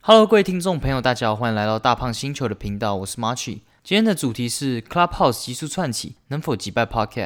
Hello，各位听众朋友，大家好，欢迎来到大胖星球的频道，我是 Marchi。今天的主题是 Clubhouse 急速窜起，能否击败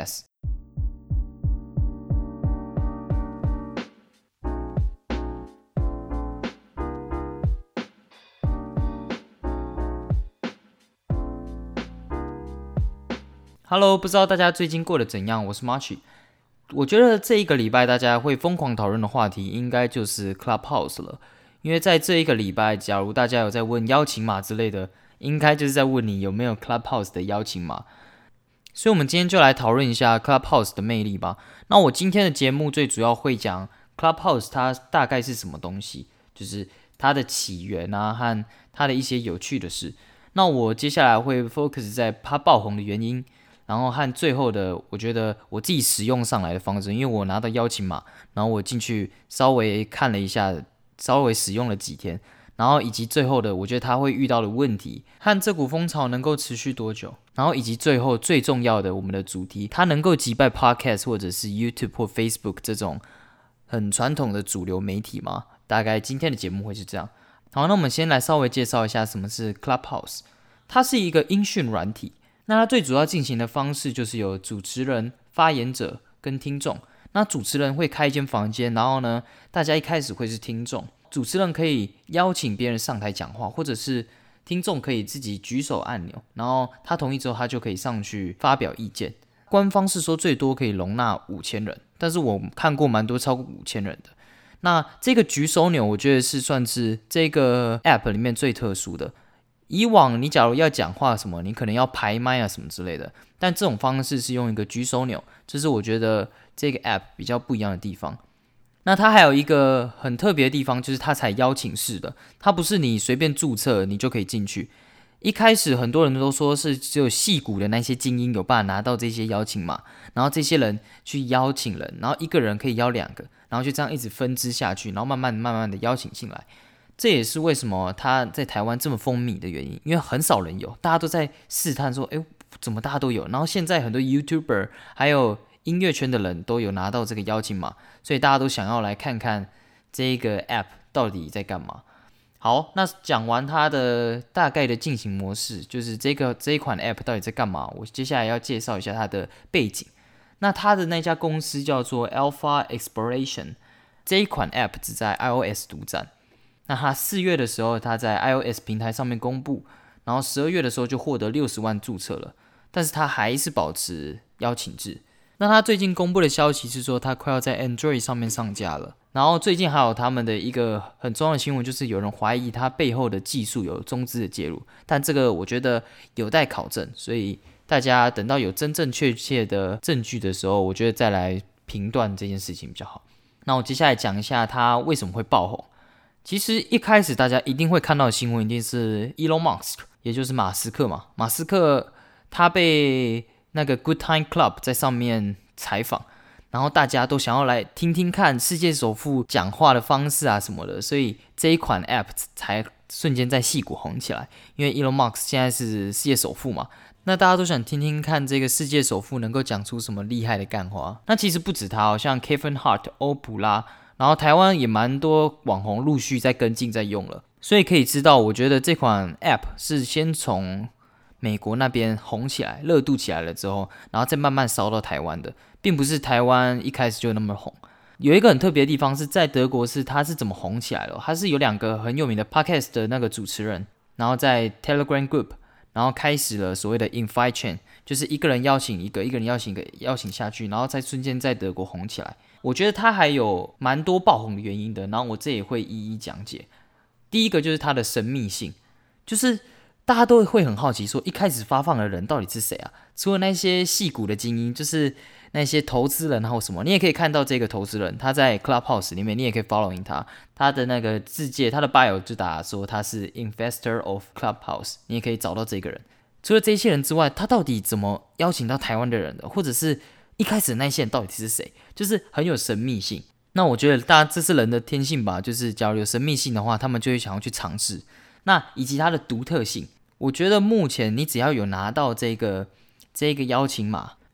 Podcast？Hello，不知道大家最近过得怎样？我是 Marchi。我觉得这一个礼拜大家会疯狂讨论的话题，应该就是 Clubhouse 了。因为在这一个礼拜，假如大家有在问邀请码之类的，应该就是在问你有没有 Clubhouse 的邀请码。所以我们今天就来讨论一下 Clubhouse 的魅力吧。那我今天的节目最主要会讲 Clubhouse 它大概是什么东西，就是它的起源啊和它的一些有趣的事。那我接下来会 focus 在它爆红的原因，然后和最后的我觉得我自己使用上来的方式，因为我拿到邀请码，然后我进去稍微看了一下，稍微使用了几天，然后以及最后的我觉得它会遇到的问题和这股风潮能够持续多久，然后以及最后最重要的我们的主题，它能够击败 Podcast 或者是 YouTube 或 Facebook 这种很传统的主流媒体吗？大概今天的节目会是这样。好，那我们先来稍微介绍一下什么是 Clubhouse。它是一个音讯软体，那它最主要进行的方式就是有主持人、发言者跟听众。那主持人会开一间房间，然后呢，大家一开始会是听众，主持人可以邀请别人上台讲话，或者是听众可以自己举手按钮，然后他同意之后，他就可以上去发表意见。官方是说最多可以容纳5000人，但是我看过蛮多超过5000人的。那这个举手钮，我觉得是算是这个 App 里面最特殊的。以往你假如要讲话什么，你可能要排麦啊什么之类的，但这种方式是用一个举手钮，这是我觉得这个 App 比较不一样的地方。那它还有一个很特别的地方，就是它采邀请式的，它不是你随便注册你就可以进去。一开始很多人都说是只有矽谷的那些精英有办法拿到这些邀请码，然后这些人去邀请人，然后一个人可以邀2个，然后就这样一直分支下去，然后慢慢的邀请进来。这也是为什么他在台湾这么风靡的原因，因为很少人有，大家都在试探说，怎么大家都有？然后现在很多 YouTuber 还有音乐圈的人都有拿到这个邀请码，所以大家都想要来看看这个 App 到底在干嘛。好，那讲完它的大概的进行模式，就是这一款 App 到底在干嘛，我接下来要介绍一下它的背景。那它的那家公司叫做 Alpha Exploration， 这一款 App 只在 iOS 独占。那他4月的时候，他在 iOS 平台上面公布，然后12月的时候就获得60万注册了，但是他还是保持邀请制。那他最近公布的消息是说，他快要在 Android 上面上架了。然后最近还有他们的一个很重要的新闻，就是有人怀疑他背后的技术有中资的介入，但这个我觉得有待考证，所以大家等到有真正确切的证据的时候，我觉得再来评断这件事情比较好。那我接下来讲一下他为什么会爆红。其实一开始大家一定会看到的新闻一定是 Elon Musk， 也就是马斯克嘛。马斯克他被那个 Good Time Club 在上面采访，然后大家都想要来听听看世界首富讲话的方式啊什么的，所以这一款 App 才瞬间在矽谷红起来。因为 Elon Musk 现在是世界首富嘛，那大家都想听听看这个世界首富能够讲出什么厉害的干话。那其实不止他，像 Kevin Hart、欧普拉，然后台湾也蛮多网红陆续在跟进在用了，所以可以知道，我觉得这款 App 是先从美国那边红起来、热度起来了之后，然后再慢慢烧到台湾的，并不是台湾一开始就那么红。有一个很特别的地方是在德国，是它是怎么红起来的？它是有2个很有名的 Podcast 的那个主持人，然后在 Telegram Group， 然后开始了所谓的 Invite Chain， 就是一个人邀请一个，一个人邀请一个，邀请下去，然后再瞬间在德国红起来。我觉得它还有蛮多爆红的原因的，然后我这也会一一讲解。第一个就是它的神秘性，就是大家都会很好奇说，一开始发放的人到底是谁啊？除了那些矽谷的精英，就是那些投资人或什么，你也可以看到这个投资人，他在 Clubhouse 里面，你也可以 following 他，他的那个自介，他的 bio 就打说他是 Investor of Clubhouse， 你也可以找到这个人。除了这些人之外，他到底怎么邀请到台湾的人的，或者是一开始的那些人到底是谁，就是很有神秘性。那我觉得大家这是人的天性吧，就是假如有神秘性的话，他们就会想要去尝试。那以及它的独特性，我觉得目前你只要有拿到这个邀请码，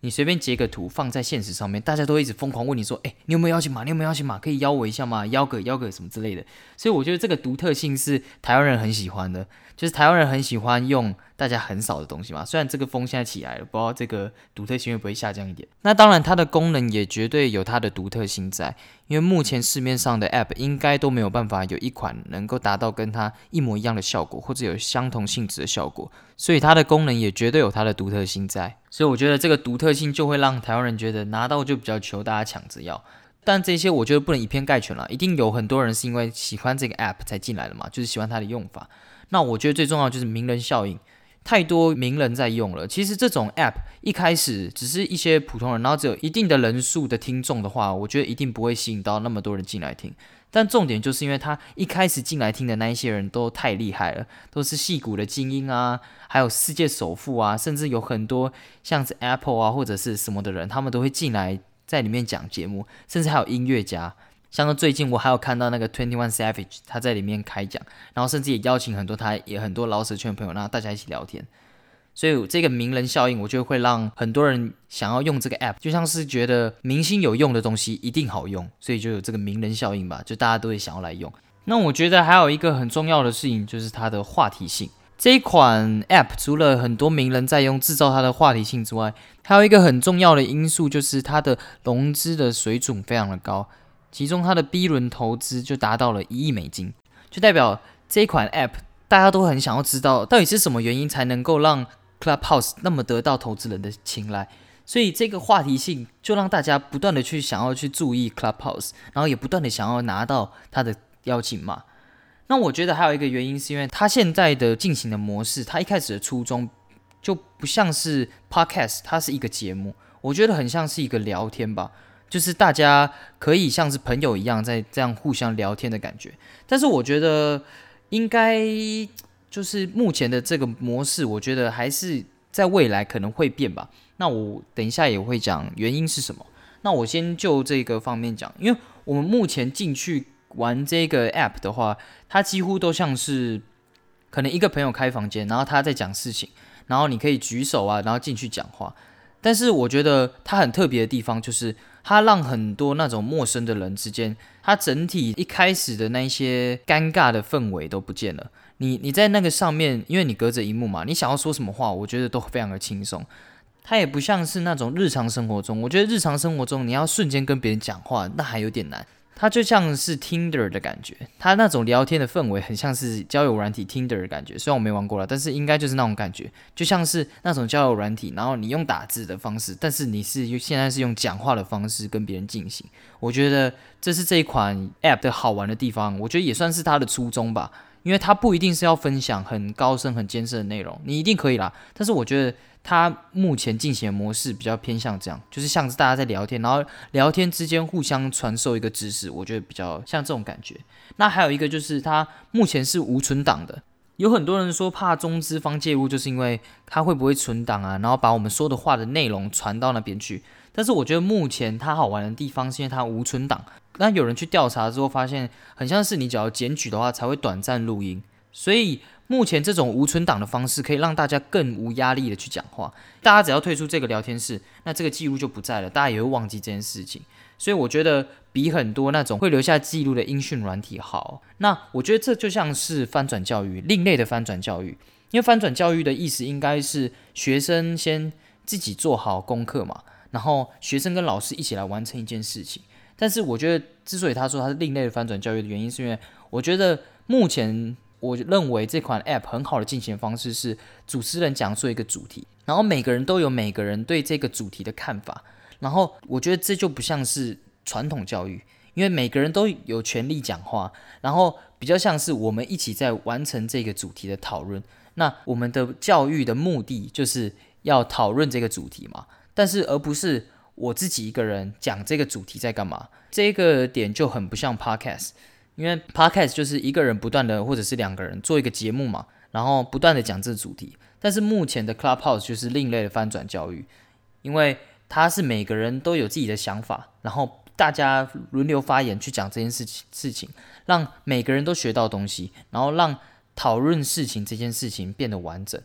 你随便截个图放在现实上面，大家都会一直疯狂问你说，你有没有邀请码？你有没有邀请码？可以邀我一下吗？邀个什么之类的。所以我觉得这个独特性是台湾人很喜欢的，就是台湾人很喜欢用大家很少的东西嘛。虽然这个风现在起来了，不知道这个独特性会不会下降一点。那当然它的功能也绝对有它的独特性在，因为目前市面上的 App 应该都没有办法有一款能够达到跟它一模一样的效果，或者有相同性质的效果，所以它的功能也绝对有它的独特性在。所以我觉得这个独特性就会让台湾人觉得拿到就比较求大家抢着要。但这些我觉得不能以偏概全啦，一定有很多人是因为喜欢这个 App 才进来的嘛，就是喜欢它的用法。那我觉得最重要就是名人效应，太多名人在用了。其实这种 App 一开始只是一些普通人，然后只有一定的人数的听众的话，我觉得一定不会吸引到那么多人进来听。但重点就是因为他一开始进来听的那一些人都太厉害了，都是矽谷的精英啊，还有世界首富啊，甚至有很多像是 Apple 啊或者是什么的人，他们都会进来在里面讲节目，甚至还有音乐家。像是最近我还有看到那个 21 Savage 他在里面开讲，然后甚至也邀请很多饶舌圈的朋友，然后大家一起聊天。所以这个名人效应，我觉得会让很多人想要用这个 app， 就像是觉得明星有用的东西一定好用，所以就有这个名人效应吧，就大家都会想要来用。那我觉得还有一个很重要的事情，就是它的话题性。这一款 app 除了很多名人在用制造它的话题性之外，还有一个很重要的因素，就是它的融资的水准非常的高，其中它的 B 轮投资就达到了1亿美金，就代表这一款 app 大家都很想要知道到底是什么原因才能够让Clubhouse 那么得到投资人的青睐，所以这个话题性就让大家不断的去想要去注意 Clubhouse， 然后也不断的想要拿到他的邀请码。那我觉得还有一个原因是因为他现在的进行的模式，他一开始的初衷就不像是 Podcast， 它是一个节目，我觉得很像是一个聊天吧，就是大家可以像是朋友一样在这样互相聊天的感觉。但是我觉得应该就是目前的这个模式，我觉得还是在未来可能会变吧。那我等一下也会讲原因是什么。那我先就这个方面讲，因为我们目前进去玩这个 app 的话，它几乎都像是可能一个朋友开房间，然后他在讲事情，然后你可以举手啊，然后进去讲话。但是我觉得它很特别的地方就是，它让很多那种陌生的人之间，它整体一开始的那些尴尬的氛围都不见了。你在那个上面，因为你隔着荧幕嘛，你想要说什么话，我觉得都非常的轻松。它也不像是那种日常生活中，我觉得日常生活中你要瞬间跟别人讲话，那还有点难。它就像是 Tinder 的感觉，它那种聊天的氛围很像是交友软体 Tinder 的感觉。虽然我没玩过了，但是应该就是那种感觉，就像是那种交友软体，然后你用打字的方式，但是你是现在是用讲话的方式跟别人进行。我觉得这是这一款 App 的好玩的地方，我觉得也算是它的初衷吧。因为它不一定是要分享很高深很艰深的内容，你一定可以啦，但是我觉得它目前进行的模式比较偏向这样，就是像是大家在聊天，然后聊天之间互相传授一个知识，我觉得比较像这种感觉。那还有一个就是它目前是无存档的，有很多人说怕中资方介入，就是因为它会不会存档啊，然后把我们说的话的内容传到那边去。但是我觉得目前它好玩的地方是因为它无存档，那有人去调查之后发现，很像是你只要检举的话才会短暂录音，所以目前这种无存档的方式可以让大家更无压力的去讲话。大家只要退出这个聊天室，那这个记录就不在了，大家也会忘记这件事情。所以我觉得比很多那种会留下记录的音讯软体好。那我觉得这就像是翻转教育，另类的翻转教育。因为翻转教育的意思应该是学生先自己做好功课嘛，然后学生跟老师一起来完成一件事情。但是我觉得之所以他说他是另类的翻转教育的原因，是因为我觉得目前我认为这款 App 很好的进行的方式是主持人讲述一个主题，然后每个人都有每个人对这个主题的看法，然后我觉得这就不像是传统教育，因为每个人都有权利讲话，然后比较像是我们一起在完成这个主题的讨论。那我们的教育的目的就是要讨论这个主题嘛，但是而不是我自己一个人讲这个主题在干嘛。这个点就很不像 Podcast， 因为 Podcast 就是一个人不断的或者是两个人做一个节目嘛，然后不断的讲这个主题。但是目前的 Clubhouse 就是另类的翻转教育，因为它是每个人都有自己的想法，然后大家轮流发言去讲这件事情，让每个人都学到东西，然后让讨论事情这件事情变得完整。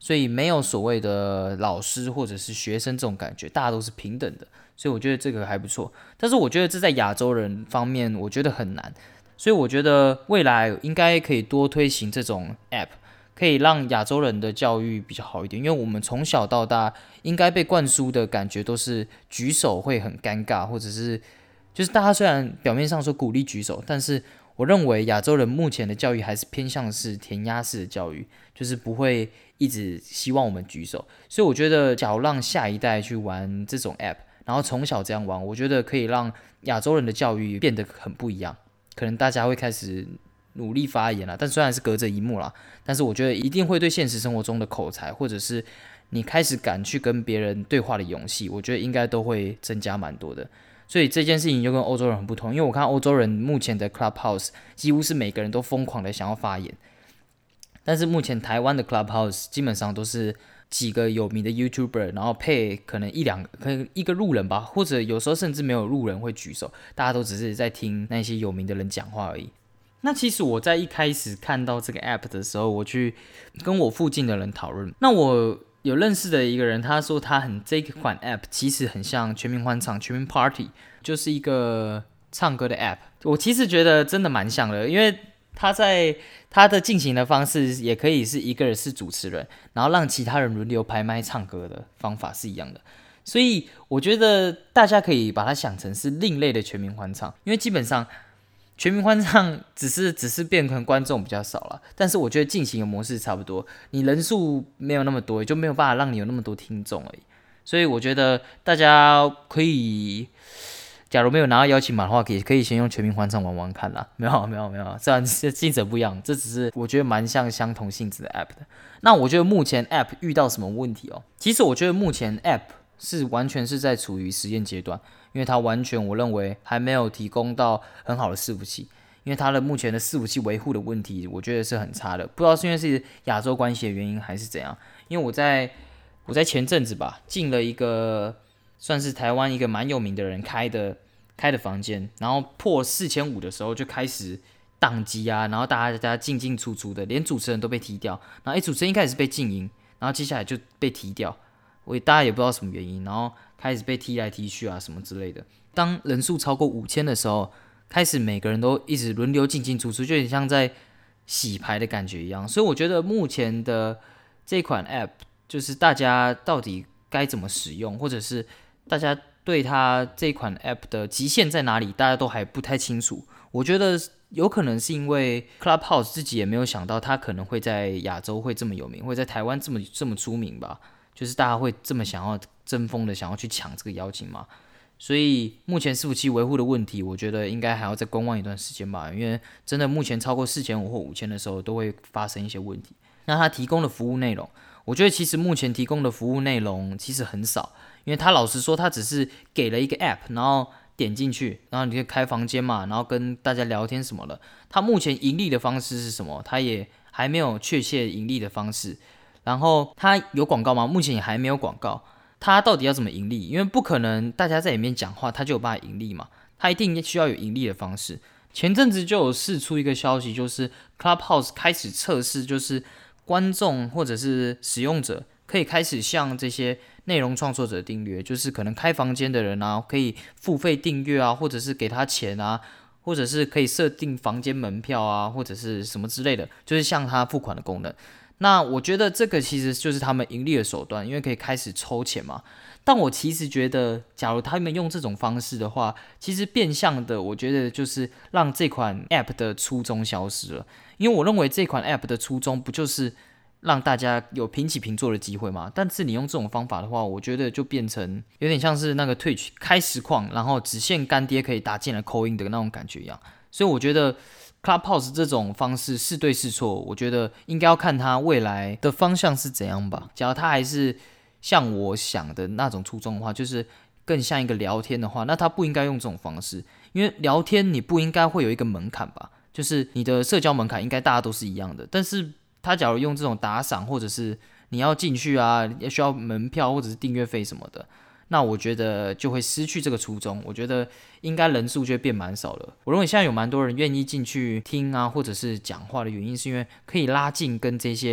所以没有所谓的老师或者是学生这种感觉，大家都是平等的，所以我觉得这个还不错。但是我觉得这在亚洲人方面，我觉得很难，所以我觉得未来应该可以多推行这种 app， 可以让亚洲人的教育比较好一点，因为我们从小到大应该被灌输的感觉都是举手会很尴尬，或者是就是大家虽然表面上说鼓励举手，但是我认为亚洲人目前的教育还是偏向是填鸭式的教育，就是不会一直希望我们举手。所以我觉得，假如让下一代去玩这种 app， 然后从小这样玩，我觉得可以让亚洲人的教育变得很不一样。可能大家会开始努力发言啦，但虽然是隔着荧幕啦，但是我觉得一定会对现实生活中的口才，或者是你开始敢去跟别人对话的勇气，我觉得应该都会增加蛮多的。所以这件事情就跟欧洲人很不同，因为我看欧洲人目前的 Clubhouse 几乎是每个人都疯狂的想要发言，但是目前台湾的 Clubhouse 基本上都是几个有名的 YouTuber， 然后配可能可能一个路人吧，或者有时候甚至没有路人会举手，大家都只是在听那些有名的人讲话而已。那其实我在一开始看到这个 app 的时候，我去跟我附近的人讨论，那我有认识的一个人，他说这款 app 其实很像全民欢唱、全民 Party， 就是一个唱歌的 app。我其实觉得真的蛮像的，因为他的进行的方式也可以是一个人是主持人，然后让其他人轮流拍麦唱歌的方法是一样的。所以我觉得大家可以把它想成是另类的全民欢唱，因为基本上全民欢唱只是变成观众比较少了，但是我觉得进行的模式差不多，你人数没有那么多，也就没有办法让你有那么多听众而已。所以我觉得大家可以，假如没有拿到邀请码的话，可以先用全民欢唱玩玩看啦。没有，虽然性质不一样，这只是我觉得蛮像相同性质的 app 的。那我觉得目前 app 遇到什么问题哦？其实我觉得目前 app 是完全是在处于实验阶段。因为它完全我认为还没有提供到很好的伺服器，因为它的目前的伺服器维护的问题，我觉得是很差的，不知道是因为是亚洲关系的原因还是怎样。因为我在前阵子吧，进了一个算是台湾一个蛮有名的人开的房间，然后破4500的时候就开始宕机啊，然后大家进进出出的，连主持人都被踢掉，然后主持人一开始被静音，然后接下来就被踢掉，大家也不知道什么原因，然后开始被踢来踢去啊什么之类的。当人数超过5000的时候，开始每个人都一直轮流进进出出，就有点像在洗牌的感觉一样。所以我觉得目前的这款 app 就是大家到底该怎么使用，或者是大家对它这款 app 的极限在哪里，大家都还不太清楚。我觉得有可能是因为 Clubhouse 自己也没有想到它可能会在亚洲会这么有名，会在台湾这么出名吧，就是大家会这么想要争锋的想要去抢这个邀请嘛。所以目前伺服器维护的问题，我觉得应该还要再观望一段时间吧，因为真的目前超过4500或5000的时候，都会发生一些问题。那它提供的服务内容，我觉得其实目前提供的服务内容其实很少，因为他老实说，他只是给了一个 app， 然后点进去，然后你可以开房间嘛，然后跟大家聊天什么的。他目前盈利的方式是什么？他也还没有确切盈利的方式。然后他有广告吗？目前也还没有广告。他到底要怎么盈利？因为不可能大家在里面讲话，他就有办法盈利嘛。他一定需要有盈利的方式。前阵子就有释出一个消息，就是 Clubhouse 开始测试，就是观众或者是使用者可以开始向这些内容创作者订阅，就是可能开房间的人啊，可以付费订阅啊，或者是给他钱啊，或者是可以设定房间门票啊，或者是什么之类的，就是向他付款的功能。那我觉得这个其实就是他们盈利的手段，因为可以开始抽钱嘛。但我其实觉得，假如他们用这种方式的话，其实变相的，我觉得就是让这款 App 的初衷消失了。因为我认为这款 App 的初衷不就是让大家有平起平坐的机会吗？但是你用这种方法的话，我觉得就变成有点像是那个 Twitch 开实况，然后只限干爹可以打进来call in的那种感觉一样。所以我觉得 Clubhouse 这种方式是对是错，我觉得应该要看它未来的方向是怎样吧。假如它还是像我想的那种初衷的话，就是更像一个聊天的话，那它不应该用这种方式，因为聊天你不应该会有一个门槛吧，就是你的社交门槛应该大家都是一样的。但是他假如用这种打赏，或者是你要进去啊，需要门票或者是订阅费什么的，那我觉得就会失去这个初衷。我觉得应该人数就会变蛮少了。我认为现在有蛮多人愿意进去听啊，或者是讲话的原因，是因为可以拉近跟这些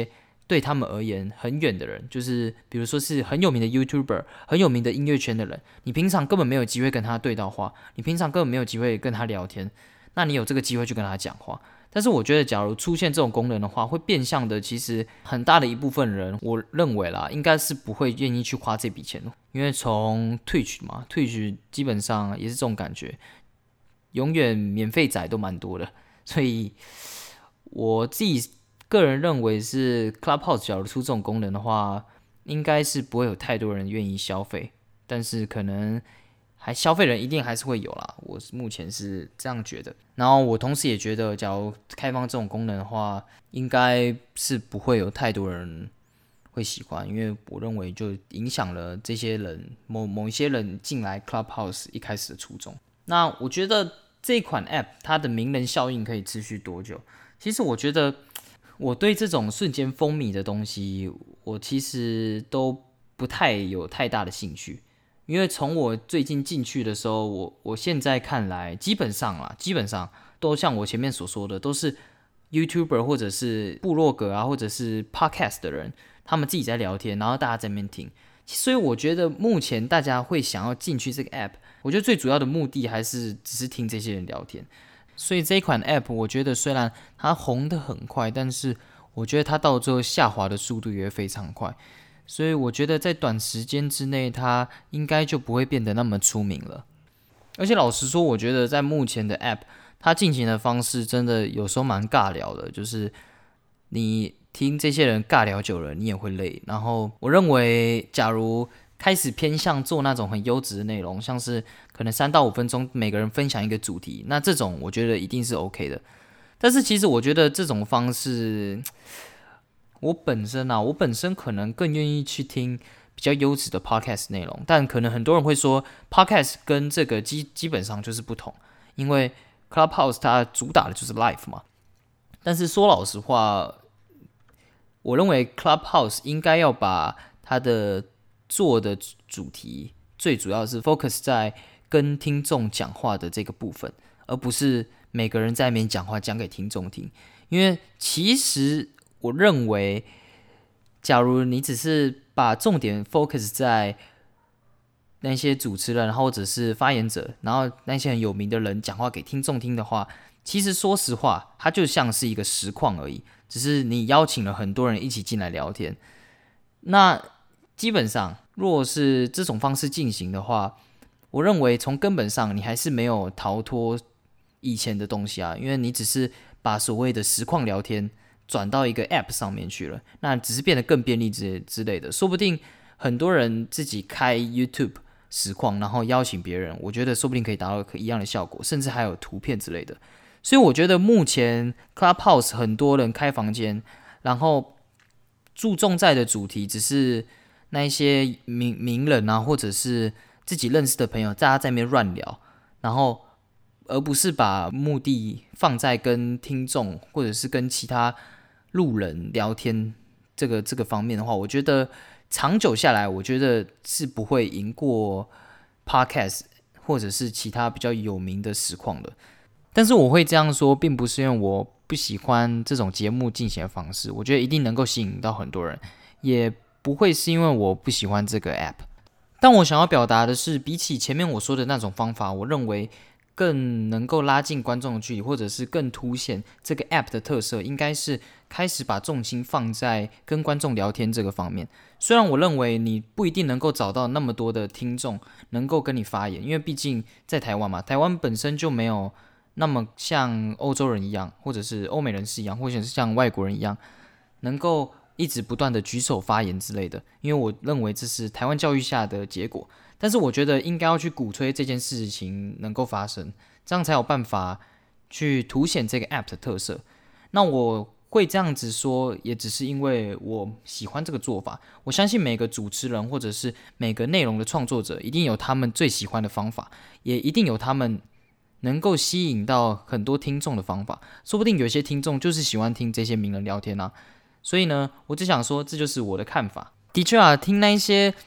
对他们而言很远的人，就是比如说是很有名的 YouTuber， 很有名的音乐圈的人，你平常根本没有机会跟他对到话，你平常根本没有机会跟他聊天，那你有这个机会去跟他讲话。但是我觉得假如出现这种功能的话，会变相的其实很大的一部分人，我认为啦，应该是不会愿意去花这笔钱，因为从 Twitch 嘛， Twitch 基本上也是这种感觉，永远免费仔都蛮多的，所以我自己个人认为是 Clubhouse 假如出这种功能的话，应该是不会有太多人愿意消费，但是可能消费人一定还是会有啦，我目前是这样觉得。然后我同时也觉得，假如开放这种功能的话，应该是不会有太多人会喜欢，因为我认为就影响了这些人某一些人进来 Clubhouse 一开始的初衷。那我觉得这款 App 它的名人效应可以持续多久？其实我觉得我对这种瞬间风靡的东西，我其实都不太有太大的兴趣。因为从我最近进去的时候，我现在看来，基本上都像我前面所说的，都是 YouTuber 或者是部落格啊，或者是 Podcast 的人，他们自己在聊天，然后大家在那边听。所以我觉得目前大家会想要进去这个 App， 我觉得最主要的目的还是只是听这些人聊天。所以这一款 App， 我觉得虽然它红得很快，但是我觉得它到最后下滑的速度也会非常快。所以我觉得在短时间之内，它应该就不会变得那么出名了。而且老实说，我觉得在目前的 App， 它进行的方式真的有时候蛮尬聊的，就是你听这些人尬聊久了，你也会累。然后我认为，假如开始偏向做那种很优质的内容，像是可能3到5分钟每个人分享一个主题，那这种我觉得一定是 OK 的。但是其实我觉得这种方式，我本身可能更愿意去听比较优质的 podcast 内容，但可能很多人会说 podcast 跟这个基本上就是不同，因为 Clubhouse 它主打的就是 live 嘛。但是说老实话，我认为 Clubhouse 应该要把它的做的主题最主要是 focus 在跟听众讲话的这个部分，而不是每个人在那边讲话讲给听众听。因为其实我认为，假如你只是把重点 focus 在那些主持人或者是发言者，然后那些很有名的人讲话给听众听的话，其实说实话，它就像是一个实况而已，只是你邀请了很多人一起进来聊天。那基本上，若是这种方式进行的话，我认为从根本上你还是没有逃脱以前的东西啊，因为你只是把所谓的实况聊天转到一个 App 上面去了，那只是变得更便利之类的。说不定很多人自己开 YouTube 实况，然后邀请别人，我觉得说不定可以达到一样的效果，甚至还有图片之类的。所以我觉得目前 Clubhouse 很多人开房间，然后注重在的主题只是那一些名人啊，或者是自己认识的朋友，大家在那边乱聊，然后而不是把目的放在跟听众或者是跟其他路人聊天这个方面的话，我觉得长久下来，我觉得是不会赢过 Podcast 或者是其他比较有名的实况的。但是我会这样说，并不是因为我不喜欢这种节目进行的方式，我觉得一定能够吸引到很多人，也不会是因为我不喜欢这个 App。但我想要表达的是，比起前面我说的那种方法，我认为更能够拉近观众的距离，或者是更凸显这个 App 的特色，应该是开始把重心放在跟观众聊天这个方面。虽然我认为你不一定能够找到那么多的听众能够跟你发言，因为毕竟在台湾嘛，台湾本身就没有那么像欧洲人一样，或者是欧美人士一样，或者是像外国人一样，能够一直不断的举手发言之类的，因为我认为这是台湾教育下的结果。但是我觉得应该要去鼓吹这件事情能够发生，这样才有办法去凸显这个 App 的特色。那我会这样子说，也只是因为我喜欢这个做法。我相信每个主持人或者是每个内容的创作者，一定有他们最喜欢的方法，也一定有他们能够吸引到很多听众的方法。说不定有一些听众就是喜欢听这些名人聊天啊。所以呢，我只想说，这就是我的看法。的确啊，听那一些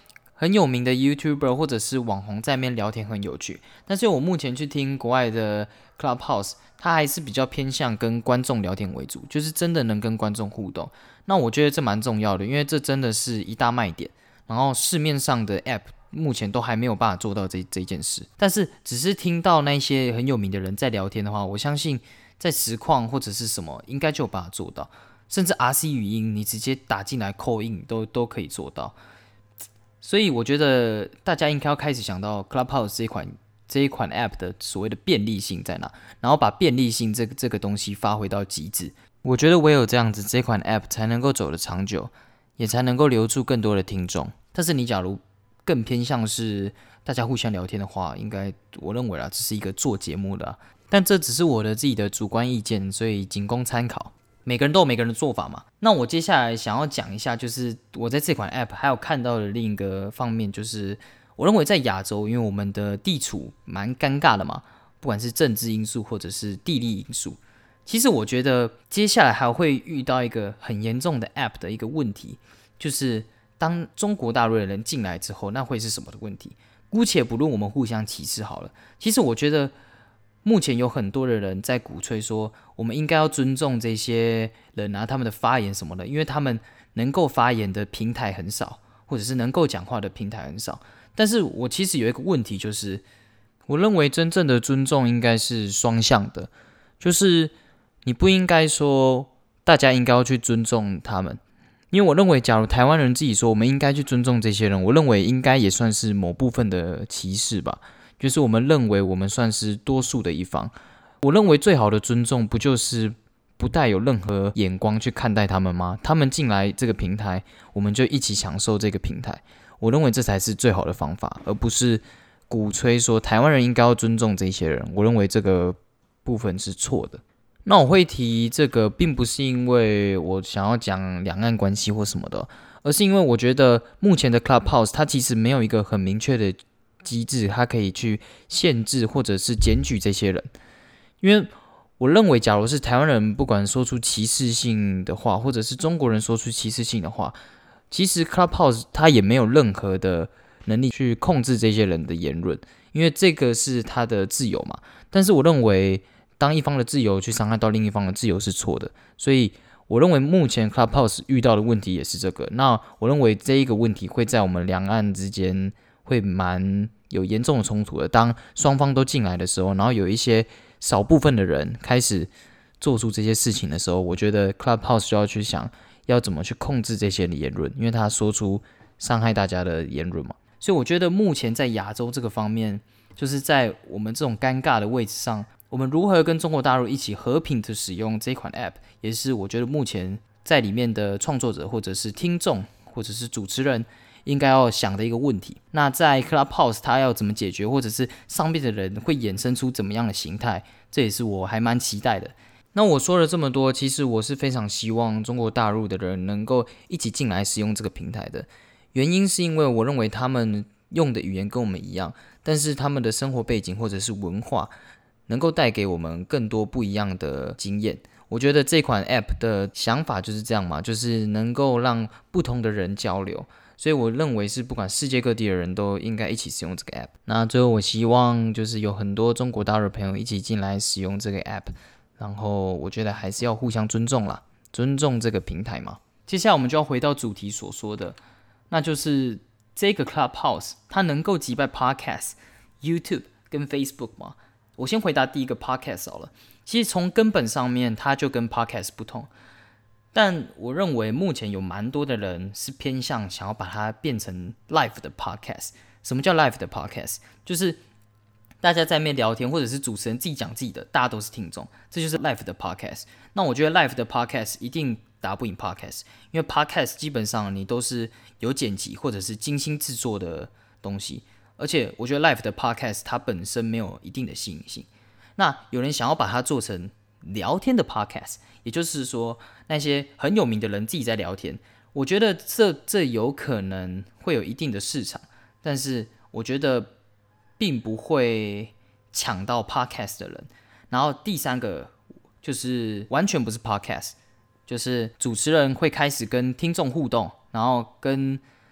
很有名的 YouTuber 或者是网红在那边聊天很有趣，但是我目前去听国外的 Clubhouse， 它还是比较偏向跟观众聊天为主，就是真的能跟观众互动。那我觉得这蛮重要的，因为这真的是一大卖点。然后市面上的 App 目前都还没有办法做到这件事，但是只是听到那些很有名的人在聊天的话，我相信在实况或者是什么应该就有办法做到，甚至 RC 语音你直接打进来 call in 都可以做到。所以我觉得大家应该要开始想到 Clubhouse 这一款 App 的所谓的便利性在哪，然后把便利性这个东西发挥到极致。我觉得唯有这样子，这款 App 才能够走得长久，也才能够留住更多的听众。但是你假如更偏向是大家互相聊天的话，应该我认为啦，这是一个做节目的但这只是我的自己的主观意见，所以仅供参考。每个人都有每个人的做法嘛。那我接下来想要讲一下，就是我在这款 App 还有看到的另一个方面，就是我认为在亚洲，因为我们的地处蛮尴尬的嘛，不管是政治因素或者是地利因素，其实我觉得接下来还会遇到一个很严重的 App 的一个问题，就是当中国大陆的人进来之后，那会是什么的问题？姑且不论我们互相歧视好了，其实我觉得目前有很多的人在鼓吹说，我们应该要尊重这些人他们的发言什么的，因为他们能够发言的平台很少，或者是能够讲话的平台很少。但是我其实有一个问题，就是我认为真正的尊重应该是双向的，就是你不应该说大家应该要去尊重他们，因为我认为假如台湾人自己说我们应该去尊重这些人，我认为应该也算是某部分的歧视吧，就是我们认为我们算是多数的一方。我认为最好的尊重不就是不带有任何眼光去看待他们吗？他们进来这个平台，我们就一起享受这个平台。我认为这才是最好的方法，而不是鼓吹说台湾人应该要尊重这些人。我认为这个部分是错的。那我会提这个，并不是因为我想要讲两岸关系或什么的，而是因为我觉得目前的 Clubhouse 它其实没有一个很明确的机制，它可以去限制或者是检举这些人。因为我认为，假如是台湾人不管说出歧视性的话，或者是中国人说出歧视性的话，其实 Clubhouse 它也没有任何的能力去控制这些人的言论，因为这个是他的自由嘛。但是我认为，当一方的自由去伤害到另一方的自由是错的，所以我认为目前 Clubhouse 遇到的问题也是这个。那我认为这一个问题会在我们两岸之间会蛮有严重的冲突的。当双方都进来的时候，然后有一些少部分的人开始做出这些事情的时候，我觉得 Clubhouse 就要去想要怎么去控制这些的言论，因为他说出伤害大家的言论嘛。所以我觉得目前在亚洲这个方面，就是在我们这种尴尬的位置上，我们如何跟中国大陆一起和平的使用这款 App， 也是我觉得目前在里面的创作者或者是听众或者是主持人应该要想的一个问题。那在 Clubhouse 它要怎么解决，或者是上面的人会衍生出怎么样的形态，这也是我还蛮期待的。那我说了这么多，其实我是非常希望中国大陆的人能够一起进来使用这个平台的。原因是因为我认为他们用的语言跟我们一样，但是他们的生活背景或者是文化能够带给我们更多不一样的经验。我觉得这款 App 的想法就是这样嘛，就是能够让不同的人交流，所以我认为是不管世界各地的人都应该一起使用这个 App。那最后我希望就是有很多中国大陆的朋友一起进来使用这个 App， 然后我觉得还是要互相尊重啦，尊重这个平台嘛。接下来我们就要回到主题所说的，那就是这个 Clubhouse 它能够击败 Podcast、YouTube 跟 Facebook 吗？我先回答第一个 Podcast 好了。其实从根本上面，它就跟 Podcast 不同，但我认为目前有蛮多的人是偏向想要把它变成 Live 的 Podcast。什么叫 Live 的 Podcast？ 就是大家在那边聊天，或者是主持人自己讲自己的，大家都是听众，这就是 Live 的 Podcast。那我觉得 Live 的 Podcast 一定打不赢 Podcast， 因为 Podcast 基本上你都是有剪辑或者是精心制作的东西，而且我觉得 Live 的 Podcast 它本身没有一定的吸引性。那有人想要把它做成聊天的 Podcast， 也就是说那些很有名的人自己在聊天，我觉得这有可能会有一定的市场，但是我觉得并不会抢到 Podcast 的人。然后第三个就是完全不是 Podcast， 就是主持人会开始跟听众互动，然后跟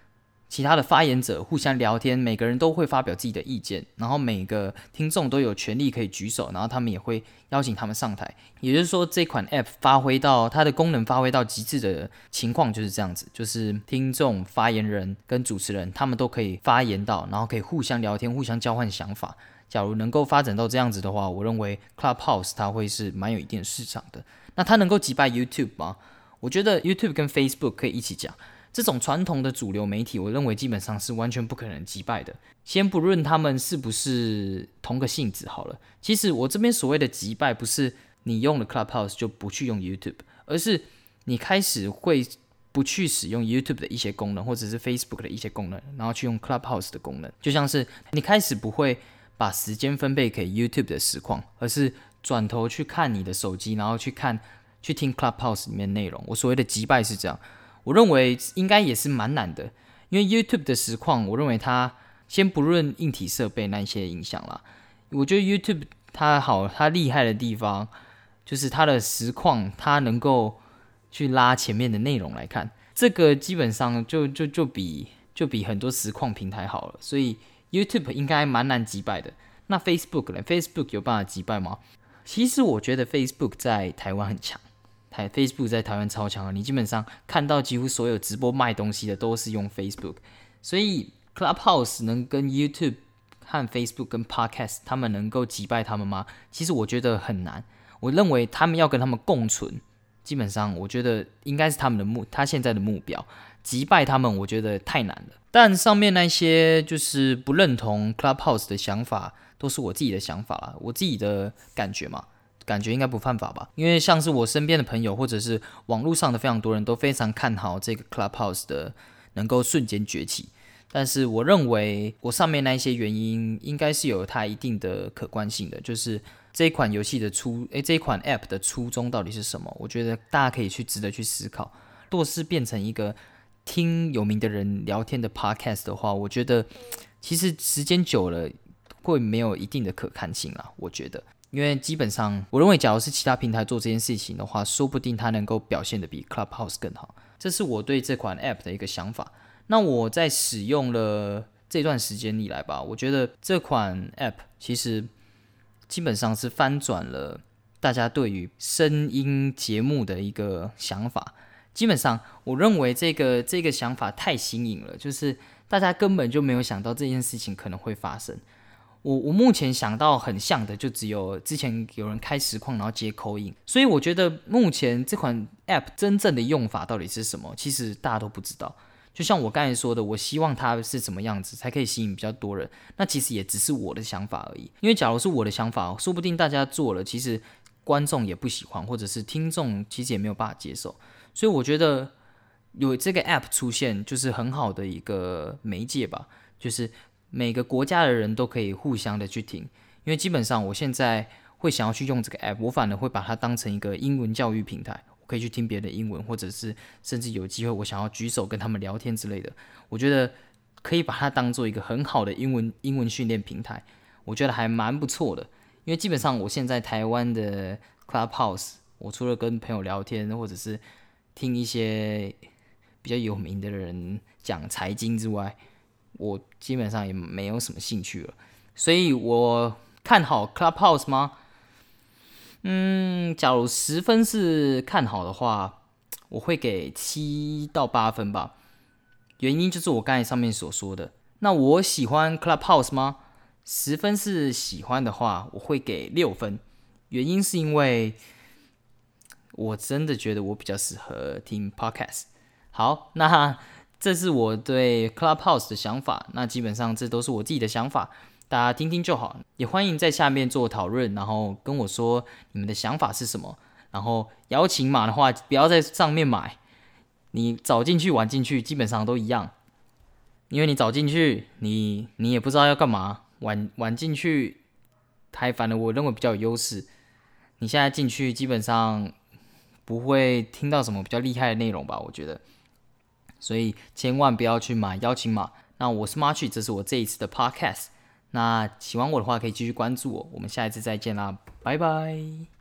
其他的发言者互相聊天，每个人都会发表自己的意见，然后每个听众都有权利可以举手，然后他们也会邀请他们上台。也就是说，这款 App 发挥到它的功能发挥到极致的情况就是这样子，就是听众、发言人跟主持人他们都可以发言到，然后可以互相聊天、互相交换想法。假如能够发展到这样子的话，我认为 Clubhouse 它会是蛮有一定的市场的。那它能够击败 YouTube 吗？我觉得 YouTube 跟 Facebook 可以一起讲。这种传统的主流媒体，我认为基本上是完全不可能击败的。先不论他们是不是同个性质好了，其实我这边所谓的击败，不是你用了 Clubhouse 就不去用 YouTube， 而是你开始会不去使用 YouTube 的一些功能，或者是 Facebook 的一些功能，然后去用 Clubhouse 的功能。就像是你开始不会把时间分配给 YouTube 的实况，而是转头去看你的手机，然后去听 Clubhouse 里面的内容。我所谓的击败是这样。我认为应该也是蛮难的，因为 YouTube 的实况，我认为它先不论硬体设备那些影响啦，我觉得 YouTube 它厉害的地方就是它的实况，它能够去拉前面的内容来看，这个基本上就比很多实况平台好了，所以 YouTube 应该蛮难击败的。那 Facebook 呢？ Facebook 有办法击败吗？其实我觉得 Facebook 在台湾很强。Facebook 在台湾超强的，你基本上看到几乎所有直播卖东西的都是用 Facebook， 所以 Clubhouse 能跟 YouTube 和 Facebook 跟 Podcast 他们能够击败他们吗？其实我觉得很难。我认为他们要跟他们共存，基本上我觉得应该是他现在的目标，击败他们我觉得太难了。但上面那些就是不认同 Clubhouse 的想法，都是我自己的想法啦，我自己的感觉嘛。感觉应该不犯法吧，因为像是我身边的朋友或者是网络上的非常多人都非常看好这个 Clubhouse 的能够瞬间崛起，但是我认为我上面那一些原因应该是有它一定的可观性的，就是这一款游戏的这一款 App 的初衷到底是什么？我觉得大家可以值得去思考。若是变成一个听有名的人聊天的 Podcast 的话，我觉得其实时间久了会没有一定的可看性啦，我觉得。因为基本上，我认为假如是其他平台做这件事情的话，说不定它能够表现得比 Clubhouse 更好。这是我对这款 App 的一个想法。那我在使用了这段时间以来吧，我觉得这款 App 其实基本上是翻转了大家对于声音节目的一个想法。基本上，我认为这个想法太新颖了，就是大家根本就没有想到这件事情可能会发生。我目前想到很像的，就只有之前有人开实况然后接 call in，所以我觉得目前这款 app 真正的用法到底是什么，其实大家都不知道。就像我刚才说的，我希望它是怎么样子才可以吸引比较多人，那其实也只是我的想法而已。因为假如是我的想法，说不定大家做了，其实观众也不喜欢，或者是听众其实也没有办法接受。所以我觉得有这个 app 出现，就是很好的一个媒介吧，就是每个国家的人都可以互相的去听，因为基本上我现在会想要去用这个 app， 我反而会把它当成一个英文教育平台，我可以去听别人的英文，或者是甚至有机会我想要举手跟他们聊天之类的，我觉得可以把它当做一个很好的英文训练平台，我觉得还蛮不错的。因为基本上我现在台湾的 Clubhouse， 我除了跟朋友聊天，或者是听一些比较有名的人讲财经之外，我基本上也没有什么兴趣了，所以我看好 Clubhouse 吗？假如10分是看好的话，我会给7到8分吧。原因就是我刚才上面所说的。那我喜欢 Clubhouse 吗？10分是喜欢的话，我会给6分。原因是因为我真的觉得我比较适合听 Podcast。好，那这是我对 Clubhouse 的想法，那基本上这都是我自己的想法，大家听听就好，也欢迎在下面做讨论，然后跟我说你们的想法是什么。然后邀请码的话，不要在上面买，你早进去晚进去基本上都一样，因为你早进去你也不知道要干嘛，晚进去反而我认为比较有优势。你现在进去基本上不会听到什么比较厉害的内容吧，我觉得。所以千万不要去买邀请码。那我是 Marchy， 这是我这一次的 Podcast。那喜欢我的话可以继续关注我，我们下一次再见啦，拜拜。